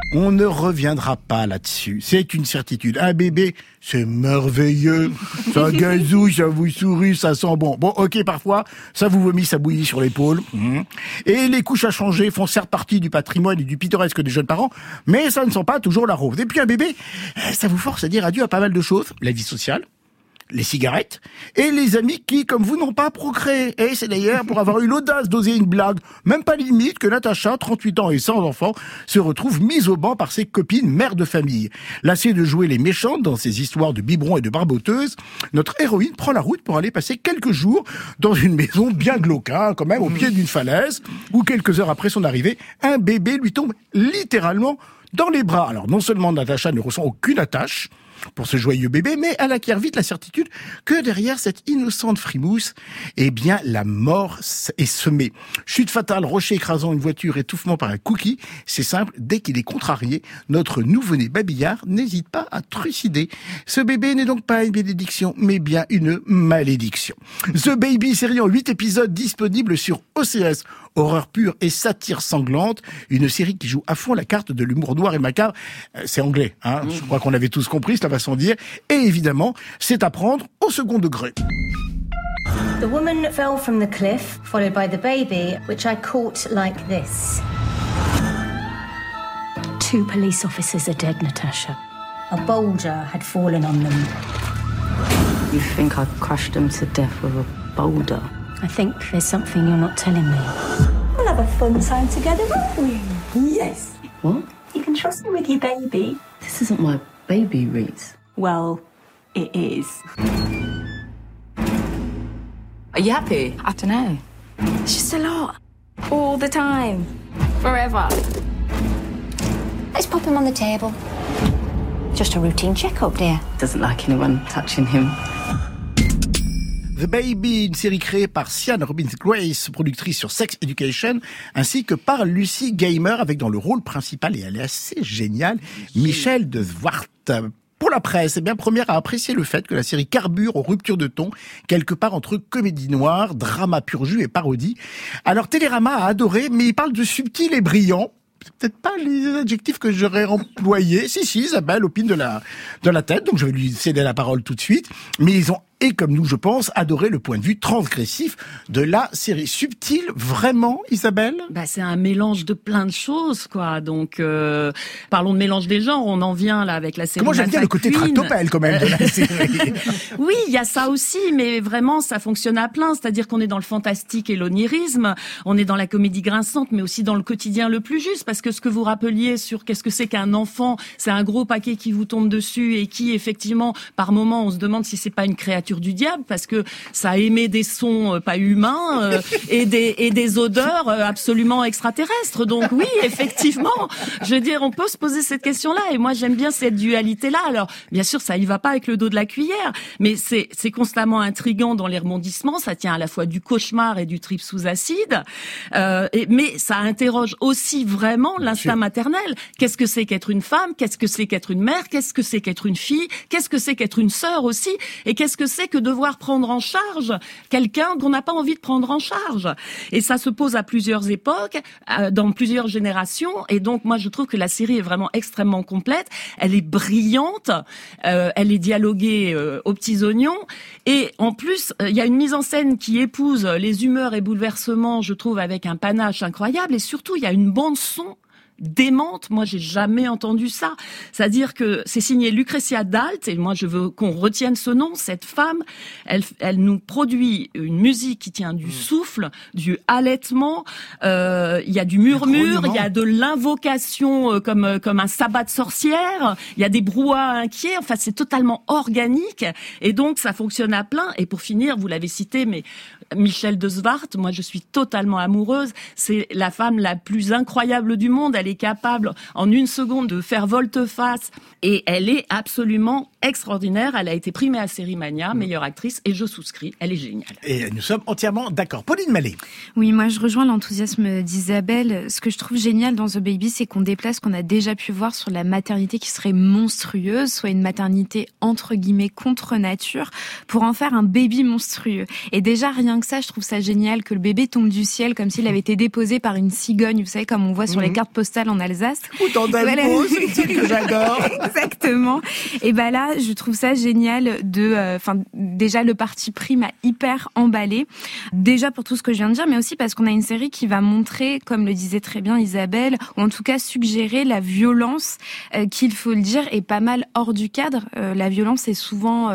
On ne reviendra pas là-dessus. C'est une certitude. Un bébé, c'est merveilleux. Ça gazouille, ça vous sourit, ça sent bon. Bon, ok, parfois, ça vous vomit, ça bouillit sur l'épaule. Et les couches à changer font certes partie du patrimoine et du pittoresque des jeunes parents, mais ça ne sent pas toujours la rose. Et puis un bébé, ça vous force à dire adieu à pas mal de choses. La vie sociale, les cigarettes, et les amis qui, comme vous, n'ont pas procréé. Et c'est d'ailleurs pour avoir eu l'audace d'oser une blague, même pas limite, que Natacha, 38 ans et sans enfant, se retrouve mise au banc par ses copines mères de famille. Lassée de jouer les méchantes dans ces histoires de biberons et de barboteuses, notre héroïne prend la route pour aller passer quelques jours dans une maison bien glauque, quand même, au pied d'une falaise, où quelques heures après son arrivée, un bébé lui tombe littéralement dans les bras. Alors non seulement Natacha ne ressent aucune attache pour ce joyeux bébé, mais elle acquiert vite la certitude que derrière cette innocente frimousse, eh bien, la mort est semée. Chute fatale, rocher écrasant une voiture, étouffement par un cookie, c'est simple, dès qu'il est contrarié, notre nouveau-né babillard n'hésite pas à trucider. Ce bébé n'est donc pas une bénédiction, mais bien une malédiction. The Baby, série en 8 épisodes disponible sur OCS. Horreur pure et satire sanglante, une série qui joue à fond la carte de l'humour noir et macabre. C'est anglais, je crois qu'on avait tous compris, cela va sans dire. Et évidemment, c'est à prendre au second degré. The woman fell from the cliff, followed by the baby, which I caught like this. 2 police officers are dead, Natasha. A boulder had fallen on them. You think I crushed them to death with a boulder? I think there's something you're not telling me. We'll have a fun time together, won't we? Yes. What? You can trust me with your baby. This isn't my baby, Reese. Well, it is. Are you happy? I don't know. It's just a lot. All the time. Forever. Let's pop him on the table. Just a routine check-up, dear. Doesn't like anyone touching him. The Baby, une série créée par Sian Robbins Grace, productrice sur Sex Education, ainsi que par Lucy Gamer, avec dans le rôle principal, et elle est assez géniale, Michel de Zwart. Pour la presse, première à apprécier le fait que la série carbure aux ruptures de ton, quelque part entre comédie noire, drama pur jus et parodie. Alors Télérama a adoré, mais il parle de subtil et brillant. C'est peut-être pas les adjectifs que j'aurais employés. Si, Isabelle opine de la tête, donc je vais lui céder la parole tout de suite. Mais ils ont, et comme nous, je pense, adoré le point de vue transgressif de la série. Subtil, vraiment, Isabelle ? C'est un mélange de plein de choses, quoi. Donc, parlons de mélange des genres. On en vient, là, avec la série. Comment j'aime bien le côté tractopelle, quand même, de la série. Oui, il y a ça aussi, mais vraiment, ça fonctionne à plein. C'est-à-dire qu'on est dans le fantastique et l'onirisme. On est dans la comédie grinçante, mais aussi dans le quotidien le plus juste. Parce que ce que vous rappeliez sur qu'est-ce que c'est qu'un enfant, c'est un gros paquet qui vous tombe dessus et qui, effectivement, par moment, on se demande si c'est pas une créature du diable, parce que ça émet des sons pas humains et des odeurs absolument extraterrestres. Donc oui, effectivement, je veux dire, on peut se poser cette question-là. Et moi, j'aime bien cette dualité-là. Alors, bien sûr, ça y va pas avec le dos de la cuillère, mais c'est constamment intriguant dans les rebondissements. Ça tient à la fois du cauchemar et du trip sous acide, mais ça interroge aussi vraiment l'instinct maternel. Qu'est-ce que c'est qu'être une femme ? Qu'est-ce que c'est qu'être une mère ? Qu'est-ce que c'est qu'être une fille ? Qu'est-ce que c'est qu'être une sœur aussi ? Et qu'est-ce que c'est que devoir prendre en charge quelqu'un qu'on n'a pas envie de prendre en charge ? Et ça se pose à plusieurs époques, dans plusieurs générations. Et donc, moi, je trouve que la série est vraiment extrêmement complète. Elle est brillante. Elle est dialoguée aux petits oignons. Et en plus, il y a une mise en scène qui épouse les humeurs et bouleversements, je trouve, avec un panache incroyable. Et surtout, il y a une bande-son démente. Moi, j'ai jamais entendu ça. C'est-à-dire que c'est signé Lucretia Dalt, et moi, je veux qu'on retienne ce nom. Cette femme, elle nous produit une musique qui tient du souffle, du halètement. Il y a du murmure, il y a de l'invocation comme un sabbat de sorcière. Il y a des brouhahas inquiets. Enfin, c'est totalement organique. Et donc, ça fonctionne à plein. Et pour finir, vous l'avez cité, mais Michel de Zwart, moi, je suis totalement amoureuse. C'est la femme la plus incroyable du monde. Elle est capable, en une seconde, de faire volte-face. Et elle est absolument extraordinaire. Elle a été primée à Sérimania, meilleure actrice, et je souscris. Elle est géniale. Et nous sommes entièrement d'accord. Pauline Mallet. Oui, moi, je rejoins l'enthousiasme d'Isabelle. Ce que je trouve génial dans The Baby, c'est qu'on déplace ce qu'on a déjà pu voir sur la maternité qui serait monstrueuse, soit une maternité entre guillemets contre nature, pour en faire un baby monstrueux. Et déjà, rien que ça, je trouve ça génial que le bébé tombe du ciel comme s'il avait été déposé par une cigogne, vous savez, comme on voit sur les cartes postales Cristal en Alsace. Ou dans Delbo, c'est une scène que j'adore. Exactement. Et ben là, je trouve ça génial déjà le parti pris m'a hyper emballée. Déjà pour tout ce que je viens de dire, mais aussi parce qu'on a une série qui va montrer, comme le disait très bien Isabelle, ou en tout cas suggérer la violence qui, il faut le dire, est pas mal hors du cadre. La violence est souvent,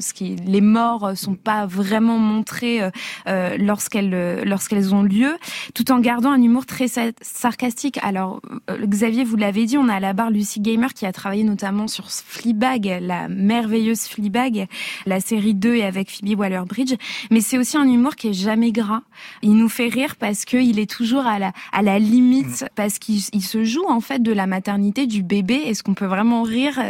les morts sont pas vraiment montrées lorsqu'elles ont lieu, tout en gardant un humour très sarcastique. Alors, Xavier, vous l'avez dit, on a à la barre Lucy Gamer qui a travaillé notamment sur Fleabag, la merveilleuse Fleabag, la série 2 et avec Phoebe Waller-Bridge. Mais c'est aussi un humour qui est jamais gras. Il nous fait rire parce qu'il est toujours à la limite, parce qu'il se joue en fait de la maternité du bébé. Est-ce qu'on peut vraiment rire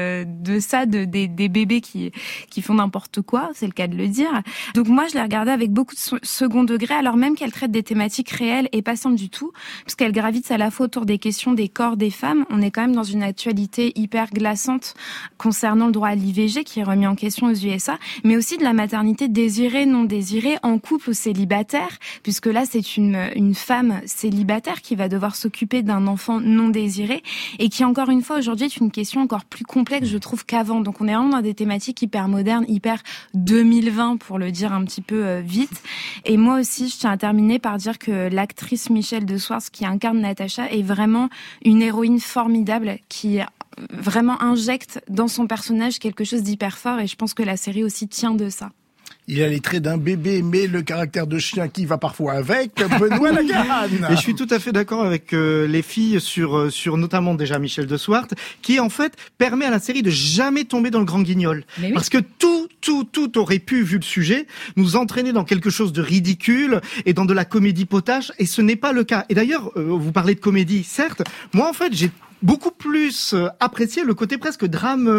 de ça, des bébés qui font n'importe quoi? C'est le cas de le dire. Donc moi, je l'ai regardée avec beaucoup de second degré, alors même qu'elle traite des thématiques réelles et pas simples du tout, puisqu'elle gravite à la fois autour des questions des corps des femmes. On est quand même dans une actualité hyper glaçante concernant le droit à l'IVG qui est remis en question aux USA, mais aussi de la maternité désirée, non désirée, en couple ou célibataire, puisque là, c'est une femme célibataire qui va devoir s'occuper d'un enfant non désiré et qui, encore une fois, aujourd'hui, est une question encore plus complexe, je trouve, qu'avant. Donc, on est vraiment dans des thématiques hyper modernes, hyper 2020, pour le dire un petit peu vite. Et moi aussi, je tiens à terminer par dire que l'actrice Michelle de Swartz, qui incarne Natacha, est vraiment une héroïne formidable qui vraiment injecte dans son personnage quelque chose d'hyper fort, et je pense que la série aussi tient de ça. Il a les traits d'un bébé, mais le caractère de chien qui va parfois avec. Benoît Lagarane. Et je suis tout à fait d'accord avec les filles sur notamment déjà Michel de Swart, qui en fait permet à la série de jamais tomber dans le grand guignol. Oui. Parce que tout aurait pu, vu le sujet, nous entraîner dans quelque chose de ridicule et dans de la comédie potache, et ce n'est pas le cas. Et d'ailleurs, vous parlez de comédie, certes. Moi, en fait, j'ai beaucoup plus apprécié le côté presque drame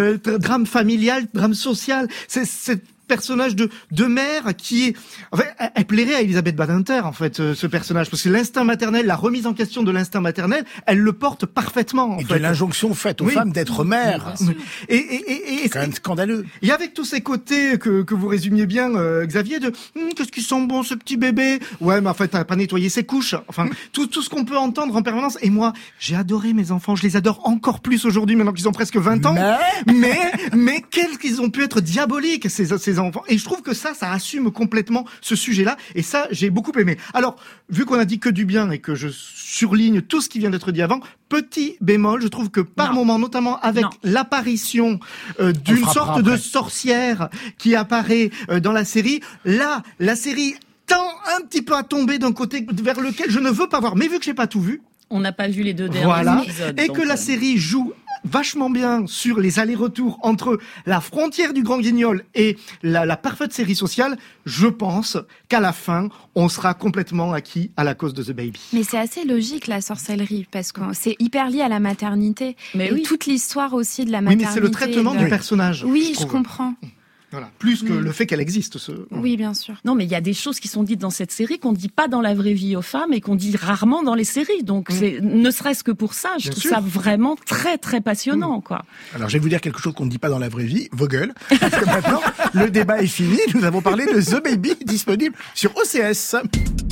familial, drame social. C'est personnage de mère qui est... En fait, elle plairait à Elisabeth Badinter, en fait, ce personnage, parce que l'instinct maternel, la remise en question de l'instinct maternel, elle le porte parfaitement, en fait. De l'injonction faite aux femmes d'être mères. Et c'est quand même scandaleux. Et avec tous ces côtés que vous résumiez bien, Xavier, de qu'est-ce qu'ils sont bons, ce petit bébé. Ouais, mais en fait, t'as pas nettoyé ses couches. Enfin, tout ce qu'on peut entendre en permanence. Et moi, j'ai adoré mes enfants. Je les adore encore plus aujourd'hui, maintenant qu'ils ont presque 20 ans. Mais quels qu'ils ont pu être diaboliques, ces enfants. Et je trouve que ça assume complètement ce sujet-là. Et ça, j'ai beaucoup aimé. Alors, vu qu'on a dit que du bien et que je surligne tout ce qui vient d'être dit avant, petit bémol, je trouve que par moment, notamment avec l'apparition d'une sorte de sorcière qui apparaît dans la série, là, la série tend un petit peu à tomber d'un côté vers lequel je ne veux pas voir. Mais vu que j'ai pas tout vu, on n'a pas vu les deux derniers épisodes. Et que la série joue vachement bien sur les allers-retours entre la frontière du grand guignol et la parfaite série sociale, je pense qu'à la fin, on sera complètement acquis à la cause de The Baby. Mais c'est assez logique, la sorcellerie, parce que c'est hyper lié à la maternité. Mais et toute l'histoire aussi de la maternité. Oui, mais c'est le traitement du personnage. Oui, je comprends. Voilà. Plus que le fait qu'elle existe. Oui, bien sûr. Non, mais il y a des choses qui sont dites dans cette série qu'on ne dit pas dans la vraie vie aux femmes et qu'on dit rarement dans les séries. Donc, ne serait-ce que pour ça, je trouve ça vraiment très, très passionnant, quoi. Alors, je vais vous dire quelque chose qu'on ne dit pas dans la vraie vie, vos gueules. Parce que maintenant, le débat est fini. Nous avons parlé de The Baby, disponible sur OCS.